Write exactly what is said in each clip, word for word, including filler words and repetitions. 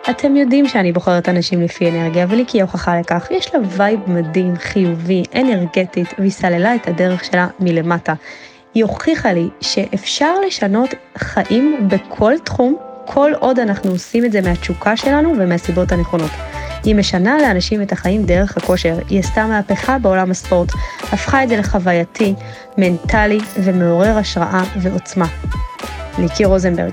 אתם יודעים שאני בוחרת אנשים לפי אנרגיה, ולי כי הוכחה לכך, יש לה וייב מדהים, חיובי, אנרגטית, והיא סללה את הדרך שלה מלמטה. היא הוכיחה לי שאפשר לשנות חיים בכל תחום, כל עוד אנחנו עושים את זה מהתשוקה שלנו ומהסיבות הנכונות. היא משנה לאנשים את החיים דרך הכושר, היא עשתה מהפכה בעולם הספורט, הפכה את זה לחווייתי, מנטלי ומעורר השראה ועוצמה. ליקי רוזנברג.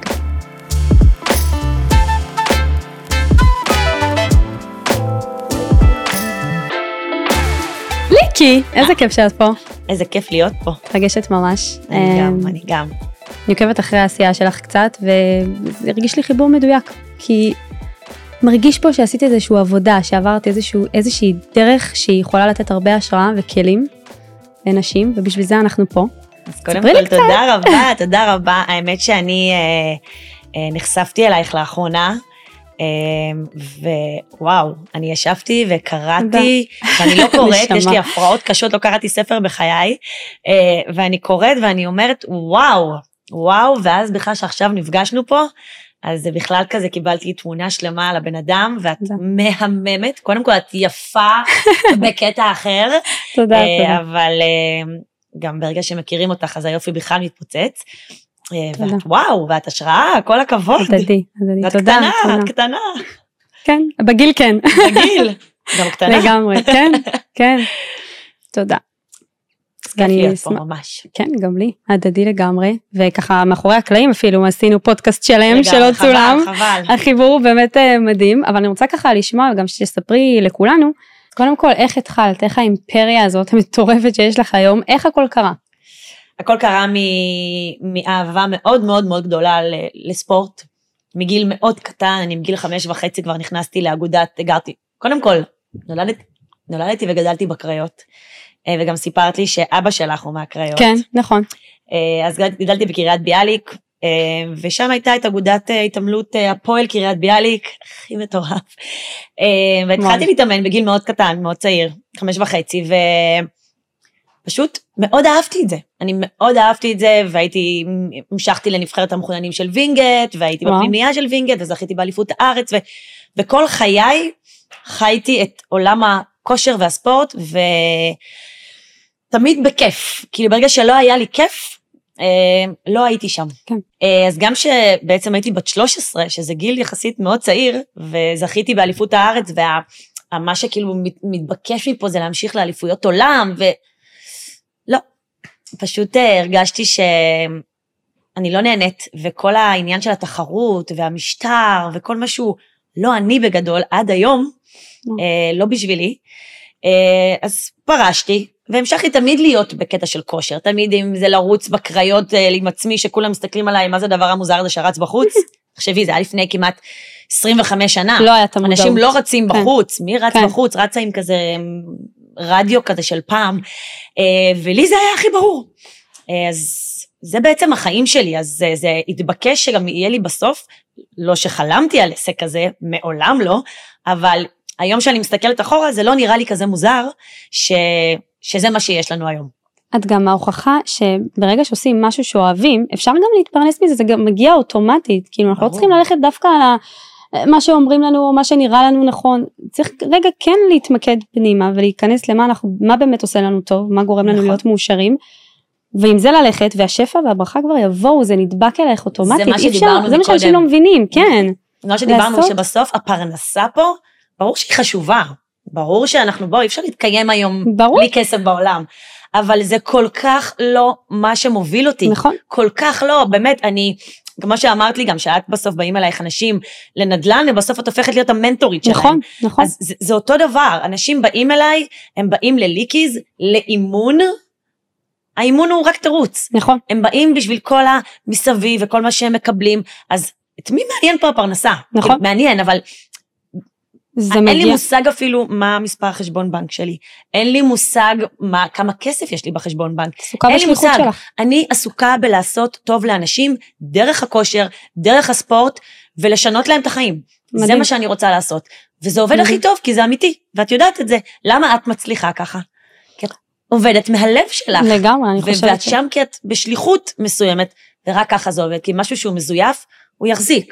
ליקי, איזה כיף שאת פה. איזה כיף להיות פה. מתרגשת ממש. אני גם, אני גם. אני עוקבת אחרי העשייה שלך קצת, וזה הרגיש לי חיבור מדויק, כי מרגיש פה שעשית איזושהי עבודה, שעברת איזושהי, איזושהי דרך שהיא יכולה לתת הרבה השראה וכלים לנשים, ובשביל זה אנחנו פה. אז קודם כל, תודה רבה, תודה רבה. האמת שאני אה, אה, נחשפתי אלייך לאחרונה, ווואו, אני ישבתי וקראתי, ואני לא קוראת, יש לי הפרעות קשות, לא קראתי ספר בחיי, ואני קוראת ואני אומרת, וואו, וואו, ואז בכלל שעכשיו נפגשנו פה, אז זה בכלל כזה, קיבלתי תמונה שלמה על הבן אדם, ואת מהממת, קודם כל את יפה בקטע אחר, תודה, תודה. אבל גם ברגע שמכירים אותך, אז היופי בכלל מתפוצץ, ואת וואו, ואת השראה, כל הכבוד. הדדי, הדדי, תודה. את קטנה, את קטנה. כן, בגיל כן. בגיל, גם קטנה. לגמרי, כן, כן. תודה. כיף להיות פה ממש. כן, גם לי, הדדי לגמרי, וככה מאחורי הקלעים אפילו עשינו פודקאסט שלם שלא צולם. חבל, חבל. החיבור הוא באמת מדהים, אבל אני רוצה ככה לשמוע, וגם שתספרי לכולנו, קודם כל, איך התחלת, איך האימפריה הזאת המטורפת שיש לך היום, איך הכל קרה? הכל קרה מאהבה מאוד מאוד מאוד גדולה לספורט, מגיל מאוד קטן, אני מגיל חמש וחצי כבר נכנסתי לאגודת, גרתי, קודם כל, נולדתי, נולדתי וגדלתי בקריות, וגם סיפרת לי שאבא שלך הוא מהקריות. כן, נכון. אז גדלתי בקריית ביאליק, ושם הייתה את אגודת התעמלות הפועל קריית ביאליק, הכי מטורף, והתחלתי להתאמן בגיל מאוד קטן, מאוד צעיר, חמש וחצי, ו... פשוט מאוד אהבתי את זה, אני מאוד אהבתי את זה, והייתי, המשכתי לנבחרת המחוננים של וינגט, והייתי בפנימייה של וינגט, וזכיתי באליפות הארץ, ו, וכל חיי חייתי את עולם הכושר והספורט, ותמיד בכיף, כאילו ברגע שלא היה לי כיף, אה, לא הייתי שם. כן. אה, אז גם שבעצם הייתי בת שלוש עשרה, שזה גיל יחסית מאוד צעיר, וזכיתי באליפות הארץ, ומה שכאילו מתבקש מפה זה להמשיך לאליפויות עולם, ו... לא, פשוט הרגשתי שאני לא נהנית, וכל העניין של התחרות והמשטר וכל משהו, לא אני בגדול עד היום, לא בשבילי, אז פרשתי, והמשכתי תמיד להיות בקטע של כושר, תמיד אם זה לרוץ בקריות עם עצמי, שכולם מסתכלים עליי, מה זה הדבר המוזר הזה שרץ בחוץ? תחשבי, זה היה לפני כמעט עשרים וחמש שנה, לא היה את המודעות. אנשים לא רצים בחוץ, מי רץ בחוץ? רצה עם כזה... רדיו כזה של פעם, ולי זה היה הכי ברור. אז זה בעצם החיים שלי, אז זה, זה התבקש שגם יהיה לי בסוף, לא שחלמתי על עסק כזה, מעולם לא, אבל היום שאני מסתכלת אחורה, זה לא נראה לי כזה מוזר, ש, שזה מה שיש לנו היום. את גם ההוכחה שברגע שעושים משהו שאוהבים, אפשר גם להתפרנס מזה, זה גם מגיע אוטומטית, כאילו אנחנו לא צריכים ללכת דווקא על ה... מה שאומרים לנו, מה שנראה לנו נכון, צריך רגע כן להתמקד פנימה, ולהיכנס למה אנחנו, מה באמת עושה לנו טוב, מה גורם לנו להיות מאושרים, ועם זה ללכת, והשפע והברכה כבר יבואו, זה נדבק אלייך אוטומטית, זה מה שדיברנו מקודם. זה מה שאנשים לא מבינים, כן. זה מה שדיברנו, שבסוף הפרנסה פה, ברור שהיא חשובה, ברור שאנחנו בואו, אי אפשר להתקיים היום, בלי כסף בעולם, אבל זה כל כך לא מה שמוביל אותי, נכון. כל כך לא, באמת, אני... כמו שאמרת לי גם, שאת בסוף באים אלייך אנשים לנדל"ן, ובסוף את הופכת להיות המנטורית שלהם. נכון, נכון. אז זה, זה אותו דבר, אנשים באים אליי, הם באים לליקיז, לאימון, האימון הוא רק תירוץ. נכון. הם באים בשביל כל המסביב, וכל מה שהם מקבלים, אז את מי מעניין פה הפרנסה? נכון. מעניין, אבל... אין מגיע. לי מושג אפילו מה מספר חשבון בנק שלי, אין לי מושג מה, כמה כסף יש לי בחשבון בנק, אין לי מושג, שלך. אני עסוקה בלעשות טוב לאנשים, דרך הכושר, דרך הספורט, ולשנות להם את החיים, מדהים. זה מה שאני רוצה לעשות, וזה עובד מדהים. הכי טוב, כי זה אמיתי, ואת יודעת את זה, למה את מצליחה ככה? כי את עובדת מהלב שלך, לגמרי, אני חושבת. ואת שם כי את בשליחות מסוימת, ורק ככה זה עובד, כי משהו שהוא מזויף, הוא יחזיק,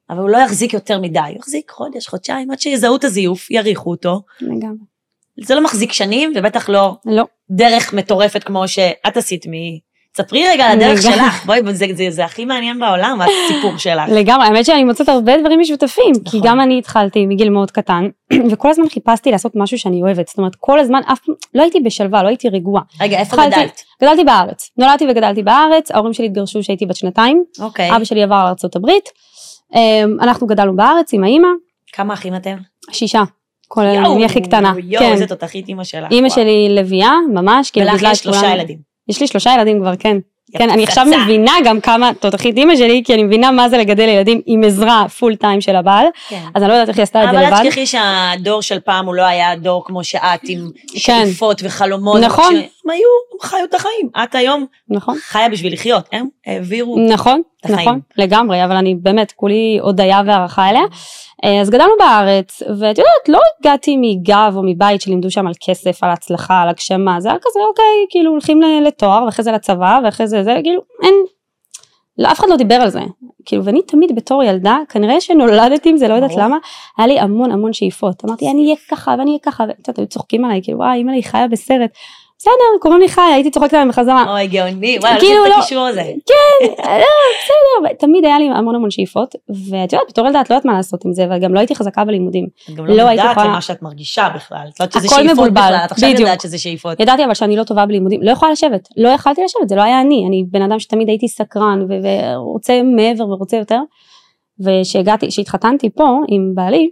אבל הוא לא יחזיק יותר מדי, הוא יחזיק חודש, חודשיים, עד שיזהו את הזיוף, יריחו אותו. לגמרי. זה לא מחזיק שנים, ובטח לא, לא. דרך מטורפת כמו שאת עשית מי... ספרי רגע על הדרך שלך, בואי, זה, זה, זה הכי מעניין בעולם, הסיפור שלך. לגמרי, האמת שאני מוצאת הרבה דברים משותפים, נכון. כי גם אני התחלתי מגיל מאוד קטן, וכל הזמן חיפשתי לעשות משהו שאני אוהבת, זאת אומרת, כל הזמן, אף, לא הייתי בשלווה, לא הייתי רגועה. רגע, איפה התחלתי, גדלת? גדלתי בארץ, נולדתי וגדלתי בארץ, ההורים שלי התגרשו שהייתי בת שנתיים, אוקיי. אבא שלי עבר לארצות הברית, אנחנו גדלנו בארץ עם האמא. כמה אחים אתם? שישה. כל אני הכי קטנה. יואו, איזה תותחית אמא שלך. אמא שלי לביאה, ממש. ולך יש שלושה ילדים. יש לי שלושה ילדים כבר, כן. כן, אני עכשיו מבינה גם כמה תותחית אמא שלי, כי אני מבינה מה זה לגדל ילדים עם עזרה פול טיים של הבעל, אז אני לא יודעת איך היא עשתה את זה לבד. אבל את תשכחי שהדור של פעם הוא לא היה דור כמו שאת, עם שאיפות וחלומות. נכון. הם היו, הם חיו את החיים. את היום חיה בשביל לחיות, הם העבירו את החיים. נכון, נכון, לגמרי, אבל אני באמת, כולי הודיה והערכה אליה. אז גדלנו בארץ, ואת יודעת, לא הגעתי מגב או מבית שלימדו שם על כסף, על הצלחה, על הגשמה, זה היה כזה, אוקיי, כאילו הולכים לתואר, ואחרי זה לצבא, ואחרי זה, זה, כאילו, אין, לא, אף אחד לא דיבר על זה, כאילו, ואני תמיד בתור ילדה, כנראה שנולדתי עם זה, לא יודעת למה, היה לי המון המון שאיפות, אמרתי, אני אהיה ככה, ואני אהיה ככה, ואת יודעת, היו צוחקים עליי, כאילו, וואי, אמא לי חיה בסרט, בסדר, קוראים לי חיה, הייתי צוחקת להם בחזרה. אוי, גאוני, וואי, לא עושה את הקישור הזה. כן, בסדר, תמיד היה לי המון המון שאיפות, ואת יודעת, בתור ילדה את לא יודעת מה לעשות עם זה, וגם לא הייתי חזקה בלימודים. גם לא יודעת למה שאת מרגישה בכלל. את יודעת שזה שאיפות בכלל, את עכשיו יודעת שזה שאיפות. ידעתי אבל שאני לא טובה בלימודים, לא יכולה לשבת, לא יכלתי לשבת, זה לא היה אני, אני בן אדם שתמיד הייתי סקרן, ורוצה מעבר ורוצה יותר, ושהגעתי, שהתחתנתי פה עם בעלי,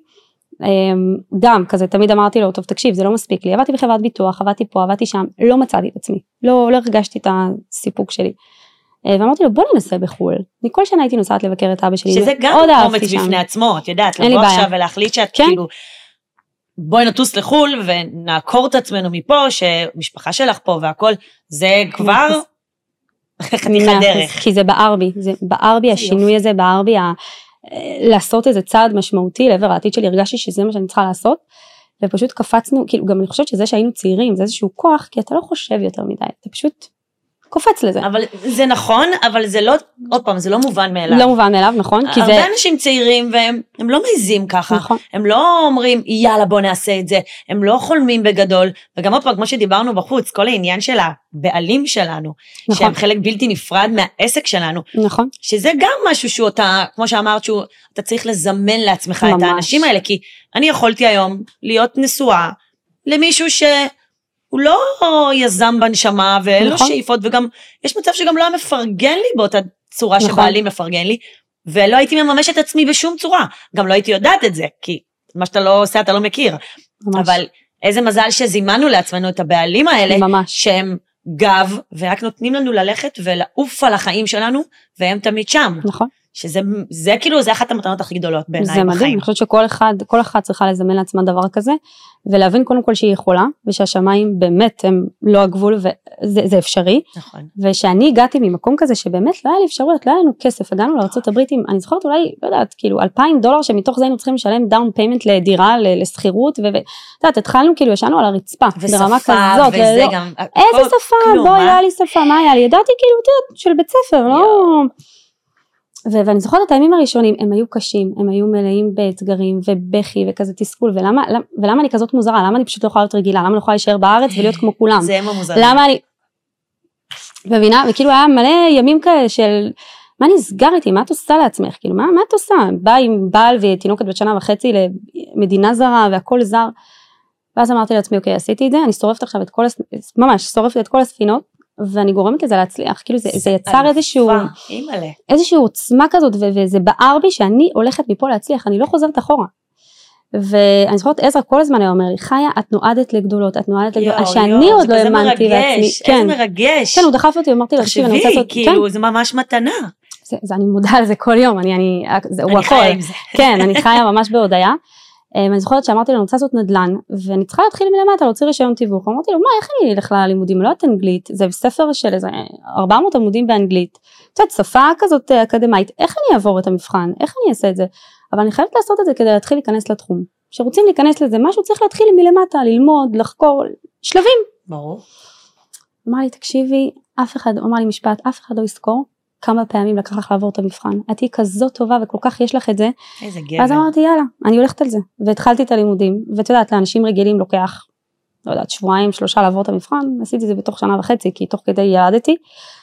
גם כזה, תמיד אמרתי לו, טוב תקשיב, זה לא מספיק לי, עבדתי בחברת ביטוח, עבדתי פה, עבדתי שם, לא מצאתי את עצמי, לא, לא הרגשתי את הסיפוק שלי, ואמרתי לו בוא ננסה בחול, מכל שנה הייתי נוסעת לבקר את אבא שלי, שזה גם אומץ בפני עצמו, את יודעת, לבוא עכשיו ולהחליט שאת כאילו, בואי נטוס לחול ונעקור את עצמנו מפה, שמשפחה שלך פה והכל, זה כבר חתיכת דרך. כי זה בער בי, זה בער בי השינוי הזה, בער בי לעשות איזה צעד משמעותי לעבר העתיד שלי, הרגשתי שזה מה שאני צריכה לעשות, ופשוט קפצנו, כאילו גם אני חושבת שזה שהיינו צעירים, זה איזשהו כוח, כי אתה לא חושב יותר מדי, אתה פשוט קופץ לזה. אבל זה נכון, אבל זה לא, עוד פעם, זה לא מובן מאליו. לא מובן מאליו, נכון. הרבה זה... אנשים צעירים, והם הם לא מעיזים ככה, נכון. הם לא אומרים, יאללה בוא נעשה את זה, הם לא חולמים בגדול, וגם עוד פעם, כמו שדיברנו בחוץ, כל העניין של הבעלים שלנו, נכון. שהם חלק בלתי נפרד מהעסק שלנו, נכון. שזה גם משהו שהוא אתה, כמו שאמרת, שהוא, אתה צריך לזמן לעצמך ממש. את האנשים האלה, כי אני יכולתי היום להיות נשואה למישהו ש... הוא לא יזם בנשמה, ואין לו שאיפות, וגם, יש מצב שגם לא היה מפרגן לי באותה צורה שבעלי מפרגן לי, ולא הייתי מממש את עצמי בשום צורה, גם לא הייתי יודעת את זה, כי מה שאתה לא עושה אתה לא מכיר, אבל איזה מזל שזימנו לעצמנו את הבעלים האלה, שהם גב, ורק נותנים לנו ללכת ולעוף על החיים שלנו, והם תמיד שם. נכון. שזה זה כאילו, זה אחת המתנות הכי גדולות בעיניי בחיים. זה מדהים, אני חושבת שכל אחד, כל אחד צריכה לזמן לעצמה דבר כזה, ולהבין קודם כל שהיא יכולה, ושהשמיים באמת הם לא הגבול, וזה אפשרי. נכון. ושאני הגעתי ממקום כזה, שבאמת לא היה לי אפשרויות, לא היה לנו כסף, הגענו לארצות הברית, אני זוכרת אולי, לא יודעת, כאילו, אלפיים דולר, שמתוך זה היינו צריכים לשלם דאון פיימנט לדירה, לסחירות, ואת יודעת, התחלנו כאילו, ישנו על הרצפה, ברמה כזאת, וזה גם... איזה שפה, בואי, לא היה לי שפה, מה היה לי? ידעתי כאילו, תראה, של בית ספר, לא... ואני זוכרת את הימים הראשונים, הם היו קשים, הם היו מלאים באתגרים ובכי וכזה תסכול, ולמה, ולמה אני כזאת מוזרה? למה אני פשוט לא יכולה להיות רגילה? למה אני לא יכולה להישאר בארץ ולהיות כמו כולם? זה הם המוזרים. למה אני... מבינה? וכאילו היה מלא ימים כאלה של, מה נסגר איתי? מה את עושה לעצמך? כאילו, מה, מה את עושה? באה עם בעל ותינוקת בת שנה וחצי למדינה זרה והכל זר, ואז אמרתי לעצמי, אוקיי, עשיתי את זה, אני שורפת עכשיו את כל, ממש, שורפת את כל הספינות, ואני גורמת לזה להצליח, כאילו זה, זה יצר איזשהו, איזשהו עוצמה כזאת, וזה בער בי שאני הולכת מפה להצליח, אני לא חוזרת אחורה. ואני זוכרת, עזרא כל הזמן היה אומר לי, חיה, את נועדת לגדולות, את נועדת לגדולות, שאני עוד לא האמנתי לעצמי. איזה מרגש. כן, הוא דחף אותי, אמרתי לו, תקשיב, אני רוצה לעשות, כאילו, זה ממש מתנה. אני מודעה לזה כל יום, אני חיה עם זה. כן, אני חיה ממש בהודעה. אני זוכרת שאמרתי לו, אני רוצה לעשות נדל"ן, ואני צריכה להתחיל מלמטה, להוציא רישיון תיווך. אמרתי לו, מה, איך אני אלך ללימודים? לא את אנגלית, זה ספר של איזה ארבע מאות עמודים באנגלית, קצת שפה כזאת אקדמית, איך אני אעבור את המבחן? איך אני אעשה את זה? אבל אני חייבת לעשות את זה כדי להתחיל להיכנס לתחום. כשרוצים להיכנס לזה, משהו צריך להתחיל מלמטה, ללמוד, לחקור, שלבים. ברור. אמר לי, תקשיבי, אף אחד, אמר לי משפט, אף אחד לא יזכור, כמה פעמים לקח לך לעבור את המבחן, את היא כזאת טובה וכל כך יש לך את זה, איזה גבר. ואז אמרתי יאללה, אני הולכת על זה, והתחלתי את הלימודים, ואת יודעת, לאנשים רגילים לוקח, לא יודעת, שבועיים, שלושה לעבור את המבחן, עשיתי זה בתוך שנה וחצי, כי תוך כדי ילדתי,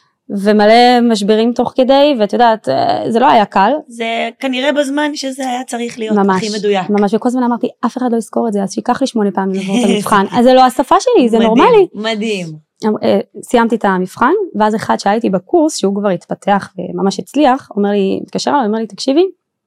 ומלא משברים תוך כדי, ואת יודעת, זה לא היה קל. זה כנראה בזמן שזה היה צריך להיות ממש, הכי מדויק. ממש, וכל זמן אמרתי, אף אחד לא יזכור את זה, אז שיקח לי שמונה פעמים לעבור את המבחן, אז זה לא השפה שלי, זה מדהים, נורמלי. מדהים. סיימתי את המבחן, ואז אחד שהייתי בקורס, שהוא כבר התפתח וממש הצליח, אומר לי, מתקשר אליי, אומר לי, תקשיבי,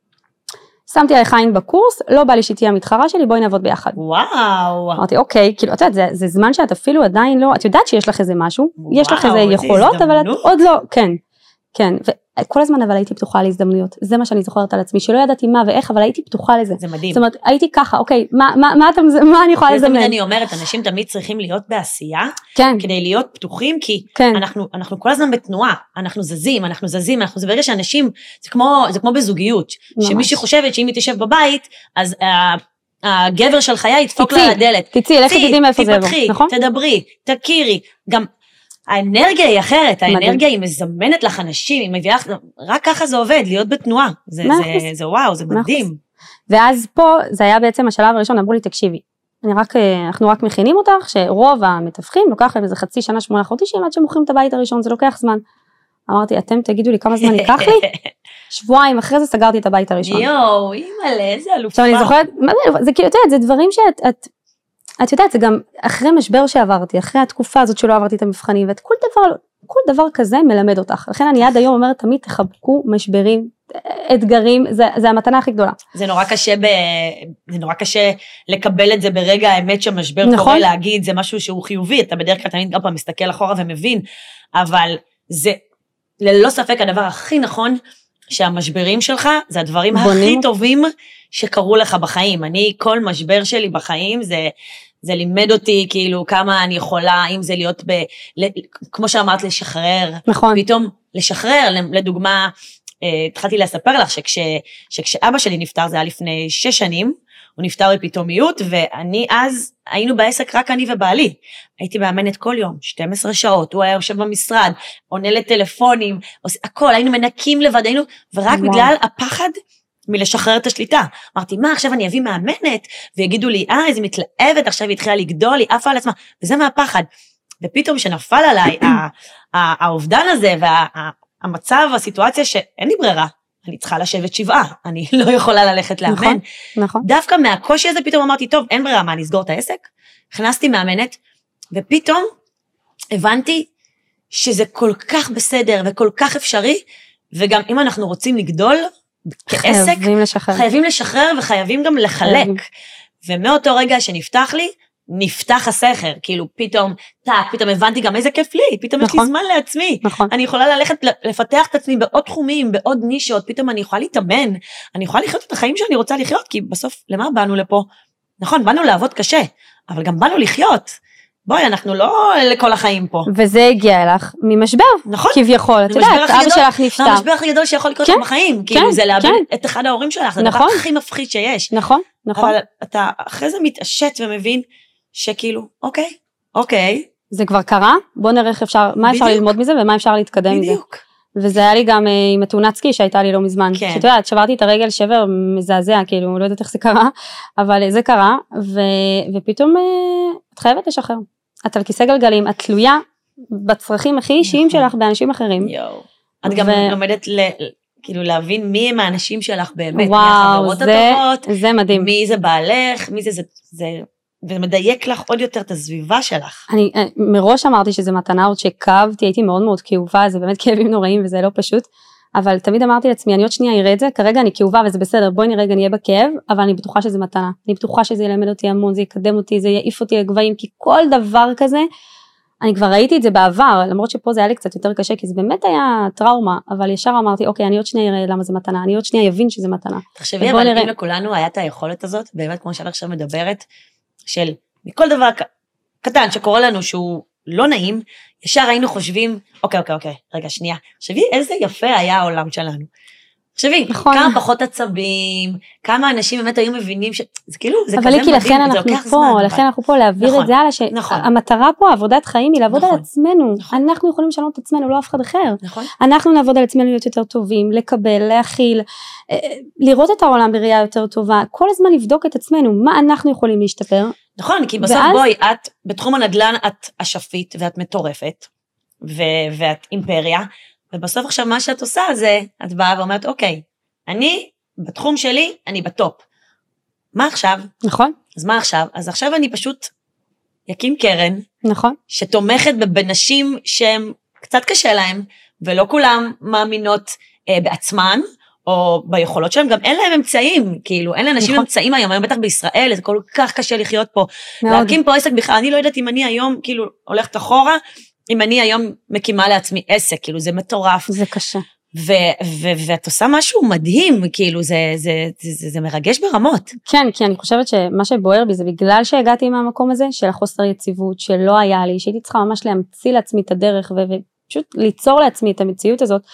שמתי עליך עין בקורס, לא בא לי שתהיה המתחרה שלי, בואי נעבוד ביחד. וואו. אמרתי, אוקיי, כאילו, את יודעת, זה, זה זמן שאת אפילו עדיין לא, את יודעת שיש לך איזה משהו, וואו, יש לך איזה יכולות, אבל את עוד לא, כן, כן, וכל הזמן אבל הייתי פתוחה להזדמנויות, זה מה שאני זוכרת על עצמי, שלא ידעתי מה ואיך, אבל הייתי פתוחה לזה. זה מדהים. זאת אומרת, הייתי ככה, אוקיי, מה, מה, מה, אתה, מה אני יכולה לזמן? תמיד אני אומרת, אנשים תמיד צריכים להיות בעשייה, כן. כדי להיות פתוחים, כי כן. אנחנו, אנחנו כל הזמן בתנועה, אנחנו זזים, אנחנו זזים, אנחנו, זה ברגע שאנשים, זה כמו, זה כמו בזוגיות, שמישהי חושבת שאם היא תשב בבית, אז הגבר של חיי ידפוק לה לדלת. תצאי, לכי תדעי מאיפה זה יבוא, נכון? תדברי, תכירי, גם האנרגיה היא אחרת, האנרגיה היא מזמנת לך אנשים, היא מביאה, רק ככה זה עובד, להיות בתנועה, זה, זה, זה וואו, זה מדהים. ואז פה, זה היה בעצם השלב הראשון, אמרו לי, תקשיבי, אני רק, אנחנו רק מכינים אותך, שרוב המתווכים לוקח להם איזה חצי שנה, שמונה חודשים, עד שמוכרים את הבית הראשון, זה לוקח זמן. אמרתי, אתם תגידו לי כמה זמן ייקח לי? שבועיים אחרי זה סגרתי את הבית הראשון. יואו, אימא'לה, איזה אלופה. עכשיו אני זוכרת, זה כאילו, זה דברים שאת, את, את יודעת, זה גם אחרי משבר שעברתי, אחרי התקופה הזאת שלא עברתי את המבחנים, ואת כל דבר, כל דבר כזה מלמד אותך. לכן אני עד היום אומרת, תמיד תחבקו משברים, אתגרים, זה, זה המתנה הכי גדולה. זה נורא קשה ב, זה נורא קשה לקבל את זה ברגע האמת שהמשבר נכון. קורה להגיד, זה משהו שהוא חיובי, אתה בדרך כלל תמיד גם פעם מסתכל אחורה ומבין, אבל זה ללא ספק הדבר הכי נכון, שהמשברים שלך, זה הדברים בונים. הכי טובים שקרו לך בחיים. אני, כל משבר שלי בחיים, זה, זה לימד אותי, כאילו, כמה אני יכולה, אם זה להיות ב, ל, כמו שאמרת, לשחרר. נכון. פתאום לשחרר, לדוגמה, התחלתי לספר לך שכש, שכשאבא שלי נפטר, זה היה לפני שש שנים, הוא נפטר בפתאומיות, ואני אז, היינו בעסק רק אני ובעלי. הייתי מאמנת כל יום, שתים עשרה שעות, הוא היה יושב במשרד, עונה לטלפונים, עושה, הכל, היינו מנקים לבד, היינו, ורק וואו. בגלל הפחד מלשחרר את השליטה. אמרתי, מה, עכשיו אני אביא מאמנת, ויגידו לי, אה, איזה מתלהבת, עכשיו היא התחילה לגדול, היא עפה על עצמה, וזה מהפחד. ופתאום שנפל עליי, האובדן הזה, והמצב, הסיטואציה שאין לי ברירה, אני צריכה לשבת שבעה, אני לא יכולה ללכת לאמן. נכון, נכון. דווקא מהקושי הזה פתאום אמרתי, טוב, אין ברירה, מה, אני אסגור את העסק? הכנסתי מאמנת, ופתאום הבנתי שזה כל כך בסדר וכל כך אפשרי, וגם אם אנחנו רוצים לגדול כעסק, חייבים לשחרר. חייבים לשחרר וחייבים גם לחלק. ומאותו רגע שנפתח לי, נפתח הסכר, כאילו פתאום, טק, פתאום הבנתי גם איזה כיף לי, פתאום נכון, יש לי זמן לעצמי, נכון. אני יכולה ללכת לפתח את עצמי בעוד תחומים, בעוד נישות, פתאום אני יכולה להתאמן, אני יכולה לחיות את החיים שאני רוצה לחיות, כי בסוף, למה באנו לפה? נכון, באנו לעבוד קשה, אבל גם באנו לחיות, בואי, אנחנו לא לכל החיים פה. וזה הגיע אליך ממשבר, נכון. כביכול, את יודעת, אבא שלך נפטר. זה המשבר הכי גדול שיכול לקרות כן, בחיים, כן, כאילו זה לאבד כן. את אחד ההורים שלך, זה נכון. הדבר הכי מפחיד שיש. נכון, נכון. אבל אתה אחרי זה מתעשת ומבין, שכאילו, אוקיי, אוקיי. זה כבר קרה, בוא נראה איך אפשר, מה אפשר ללמוד מזה ומה אפשר להתקדם מזה. בדיוק. וזה היה לי גם עם התאונת סקי שהייתה לי לא מזמן. כן. שאת יודעת, שברתי את הרגל שבר מזעזע, כאילו, לא יודעת איך זה קרה, אבל זה קרה, ו, ופתאום את חייבת לשחרר. את על כיסא גלגלים, את תלויה בצרכים הכי אישיים שלך באנשים אחרים. יואו. את גם לומדת ל... כאילו להבין מי הם האנשים שלך באמת, וואו, מי החברות זה, הטובות, זה מדהים. מי זה בעלך, מי זה, זה, זה, ומדייק לך עוד יותר את הסביבה שלך. אני מראש אמרתי שזה מתנה עוד שכאבתי, הייתי מאוד מאוד כאובה, זה באמת כאבים נוראים וזה לא פשוט, אבל תמיד אמרתי לעצמי, אני עוד שנייה אראה את זה, כרגע אני כאובה וזה בסדר, בואי נראה רגע נהיה בכאב, אבל אני בטוחה שזה מתנה, אני בטוחה שזה ילמד אותי המון, זה יקדם אותי, זה יעיף אותי לגבהים, כי כל דבר כזה, אני כבר ראיתי את זה בעבר, למרות שפה זה היה לי קצת יותר קשה, כי זה באמת היה טראומה, אבל ישר אמרתי, אוקיי, אני עוד שנייה אראה למה זה מתנה, אני עוד שנייה אבין שזה מתנה. תחשבי, אבל אם לכולנו היה את היכולת הזאת, באמת כמו שאני עכשיו מדברת, של מכל דבר קטן שקורה לנו שהוא לא נעים, ישר היינו חושבים, אוקיי, אוקיי, אוקיי, רגע, שנייה, תחשבי איזה יפה היה העולם שלנו. תחשבי, נכון. כמה פחות עצבים, כמה אנשים באמת היו מבינים ש... זה כאילו, זה כזה אבל מדהים, לכן אנחנו פה, לכן אנחנו פה להעביר נכון, את זה הלאה, שהמטרה פה, עבודת חיים, היא לעבוד נכון, על עצמנו. נכון. אנחנו יכולים לשנות את עצמנו, לא אף אחד אחר. נכון. אנחנו נעבוד על עצמנו להיות יותר טובים, לקבל, להכיל, לראות את העולם בראייה יותר טובה, כל הזמן לבדוק את עצמנו, מה אנחנו יכולים להשתפר. נכון, כי בסוף ואז... בואי, את, בתחום הנדל"ן את אשפית ואת מטורפת, ו- ואת אימפריה, ובסוף עכשיו מה שאת עושה זה, את באה ואומרת, אוקיי, אני, בתחום שלי, אני בטופ. מה עכשיו? נכון. אז מה עכשיו? אז עכשיו אני פשוט יקים קרן, נכון. שתומכת בנשים שהם קצת קשה להם, ולא כולם מאמינות אה, בעצמן, או ביכולות שלהם, גם אין להם אמצעים, כאילו, אין לאנשים נכון. אמצעים היום, היום בטח בישראל, זה כל כך קשה לחיות פה. מאוד. להקים פה עסק בכלל, אני לא יודעת אם אני היום, כאילו, הולכת אחורה, אם אני היום מקימה לעצמי עסק, כאילו, זה מטורף. זה קשה. ו- ו- ואת עושה משהו מדהים, כאילו, זה, זה, זה, זה, זה מרגש ברמות. כן, כי אני חושבת שמה שבוער בי זה בגלל שהגעתי מהמקום הזה, של החוסר יציבות, שלא היה לי, שהייתי צריכה ממש להמציא לעצמי את הדרך, ו- ופשוט ליצור לעצמי את המציאות הזאת,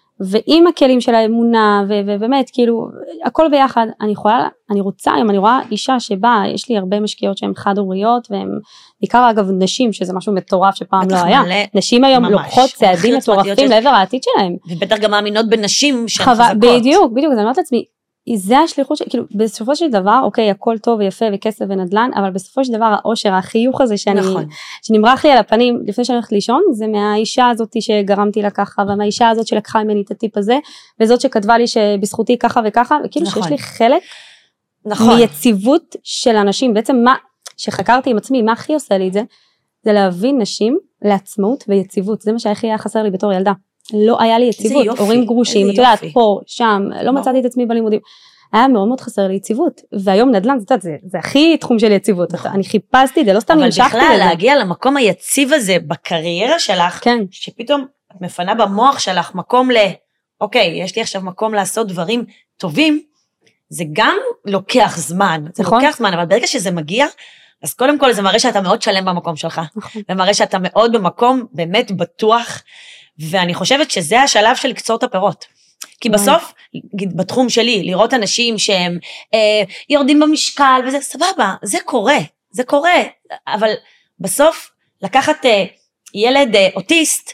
ועם הכלים של האמונה, ו- ובאמת, כאילו, הכל ביחד, אני יכולה, אני רוצה, היום אני רואה אישה שבה, יש לי הרבה משקיעות שהן חד-הוריות, והן, בעיקר אגב נשים, שזה משהו מטורף שפעם לא היה, מלא, נשים היום ממש, לוקחות צעדים מטורפים ש... לעבר העתיד שלהם. ובטח גם מאמינות בנשים שהן חווה, חזקות. בדיוק, בדיוק, אז אני אומרת לעצמי, זה השליחות, ש... כאילו, בסופו של דבר, אוקיי, הכל טוב ויפה וכסף ונדלן, אבל בסופו של דבר, האושר, החיוך הזה שאני, נכון. שנמרח לי על הפנים, לפני שאני הולכת לישון, זה מהאישה הזאת שגרמתי לה ככה, ומהאישה הזאת שלקחה ממני את הטיפ הזה, וזאת שכתבה לי שבזכותי ככה וככה, וכאילו נכון. שיש לי חלק, נכון. מיציבות של אנשים, בעצם מה, שחקרתי עם עצמי, מה הכי עושה לי את זה, זה להבין נשים לעצמאות ויציבות, זה מה שהכי היה חסר לי בתור ילדה. לא היה לי יציבות, יופי, הורים גרושים, את יודעת, פה, שם, לא בוא. מצאתי את עצמי בלימודים, היה מאוד מאוד חסר לי יציבות, והיום נדל"ן, זה, זה, זה הכי תחום של יציבות, נכון. אני חיפשתי את זה, לא סתם נמשכתי לזה. אבל בכלל להגיע למקום היציב הזה בקריירה שלך, כן. שפתאום את מפנה במוח שלך מקום ל, אוקיי, יש לי עכשיו מקום לעשות דברים טובים, זה גם לוקח זמן, זה נכון. לוקח זמן, אבל ברגע שזה מגיע, אז קודם כל זה מראה שאתה מאוד שלם במקום שלך, נכון. ומראה שאתה מאוד במקום באמת בטוח, ואני חושבת שזה השלב של לקצור את הפירות. כי בסוף, בתחום שלי, לראות אנשים שהם אה, יורדים במשקל, וזה סבבה, זה קורה, זה קורה, אבל בסוף לקחת אה, ילד אה, אוטיסט,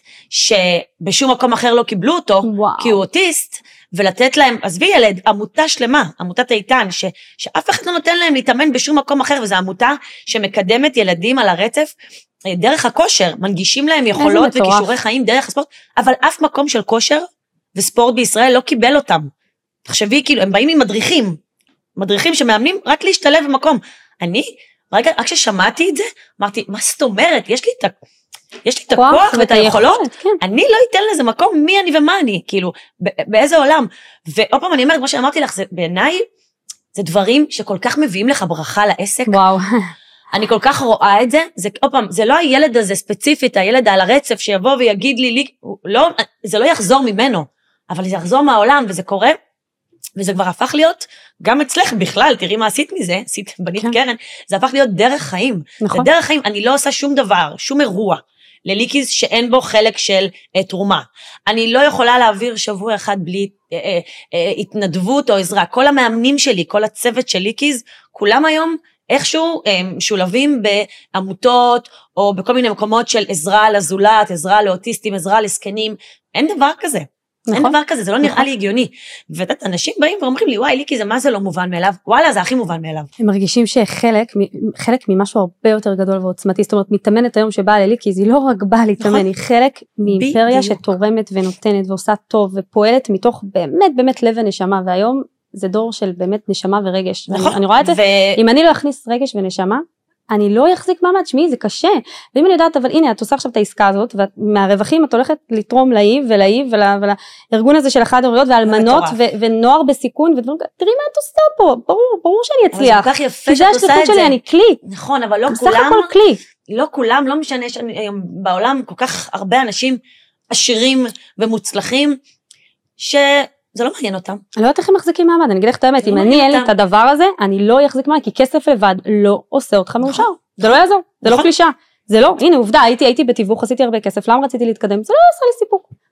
שבשום מקום אחר לא קיבלו אותו, וואו. כי הוא אוטיסט, ולתת להם, עזבי ילד, עמותה שלמה, עמותת איתן, ש, שאף אחד לא נותן להם להתאמן בשום מקום אחר, וזו עמותה שמקדמת ילדים על הרצף, דרך הכושר, מנגישים להם יכולות וכישורי חיים דרך הספורט, אבל אף מקום של כושר וספורט בישראל לא קיבל אותם. תחשבי, כאילו, הם באים עם מדריכים, מדריכים שמאמנים רק להשתלב במקום. אני, רגע, רק ששמעתי את זה, אמרתי, מה זאת אומרת? יש לי את, יש לי את הכוח ואת היכולות, כן. אני לא אתן לזה מקום, מי אני ומה אני, כאילו, באיזה עולם. ועוד פעם אני אומרת, כמו שאמרתי לך, זה בעיניי, זה דברים שכל כך מביאים לך ברכה לעסק. וואו. אני כל כך רואה את זה, זה, עוד פעם, זה לא הילד הזה ספציפית, הילד על הרצף שיבוא ויגיד לי, לי לא, זה לא יחזור ממנו, אבל זה יחזור מהעולם, וזה קורה, וזה כבר הפך להיות, גם אצלך בכלל, תראי מה עשית מזה, עשית בנית כן. קרן, זה הפך להיות דרך חיים. נכון. דרך חיים, אני לא עושה שום דבר, שום אירוע, לליקיז שאין בו חלק של אה, תרומה. אני לא יכולה להעביר שבוע אחד בלי אה, אה, אה, התנדבות או עזרה. כל המאמנים שלי, כל הצוות של ליקיז, כולם היום איכשהו הם משולבים בעמותות, או בכל מיני מקומות של עזרה לזולת, עזרה לאוטיסטים, עזרה לסקנים, אין דבר כזה. נכון. אין דבר כזה, זה לא נראה לי הגיוני. ואתה, אנשים באים ואומרים לי, וואי, ליקי, זה מה זה לא מובן מאליו? וואלה, זה הכי מובן מאליו. הם מרגישים שחלק, חלק ממשהו הרבה יותר גדול ועוצמתי, זאת אומרת, מתאמנת היום שבאה לליקי, היא לא רק באה להתאמן, נכון. היא חלק מאימפריה שתורמת ונותנת ועושה טוב, ופועלת מתוך באמת באמת לב ונשמה, והיום זה דור של באמת נשמה ורגש. נכון. אני, אני רואה את זה, ו... אם אני לא אכניס רגש ונשמה, אני לא אחזיק מעמד, שמי, זה קשה. ואם אני יודעת, אבל הנה, את עושה עכשיו את העסקה הזאת, ומהרווחים את הולכת לתרום לאי ולאי, ולארגון הזה של אחד ההוריות, ואלמנות, ו- ונוער בסיכון, ודברים, תראי מה את עושה פה, ברור, ברור שאני אצליח. אבל זה כל כך יפה שאת עושה את זה. כי זה השליחות שלי, אני כלי. נכון, אבל לא כולם, סך הכל כלי. לא כולם, לא משנה, יש היום בעולם כל כך הרבה אנשים עשירים ומוצלחים, ש... זה לא מעניין אותם. אני לא יודעת איך הם מחזיקים מעמד, אני אגיד לך את האמת, אם אני אין לי את הדבר הזה, אני לא אחזיק מעמד, כי כסף לבד לא עושה אותך מאושר. זה לא יעזור, זה לא קלישה. זה לא, הנה עובדה, הייתי בתיווך, עשיתי הרבה כסף, למה רציתי להתקדם? זה לא עושה לי סיפוק.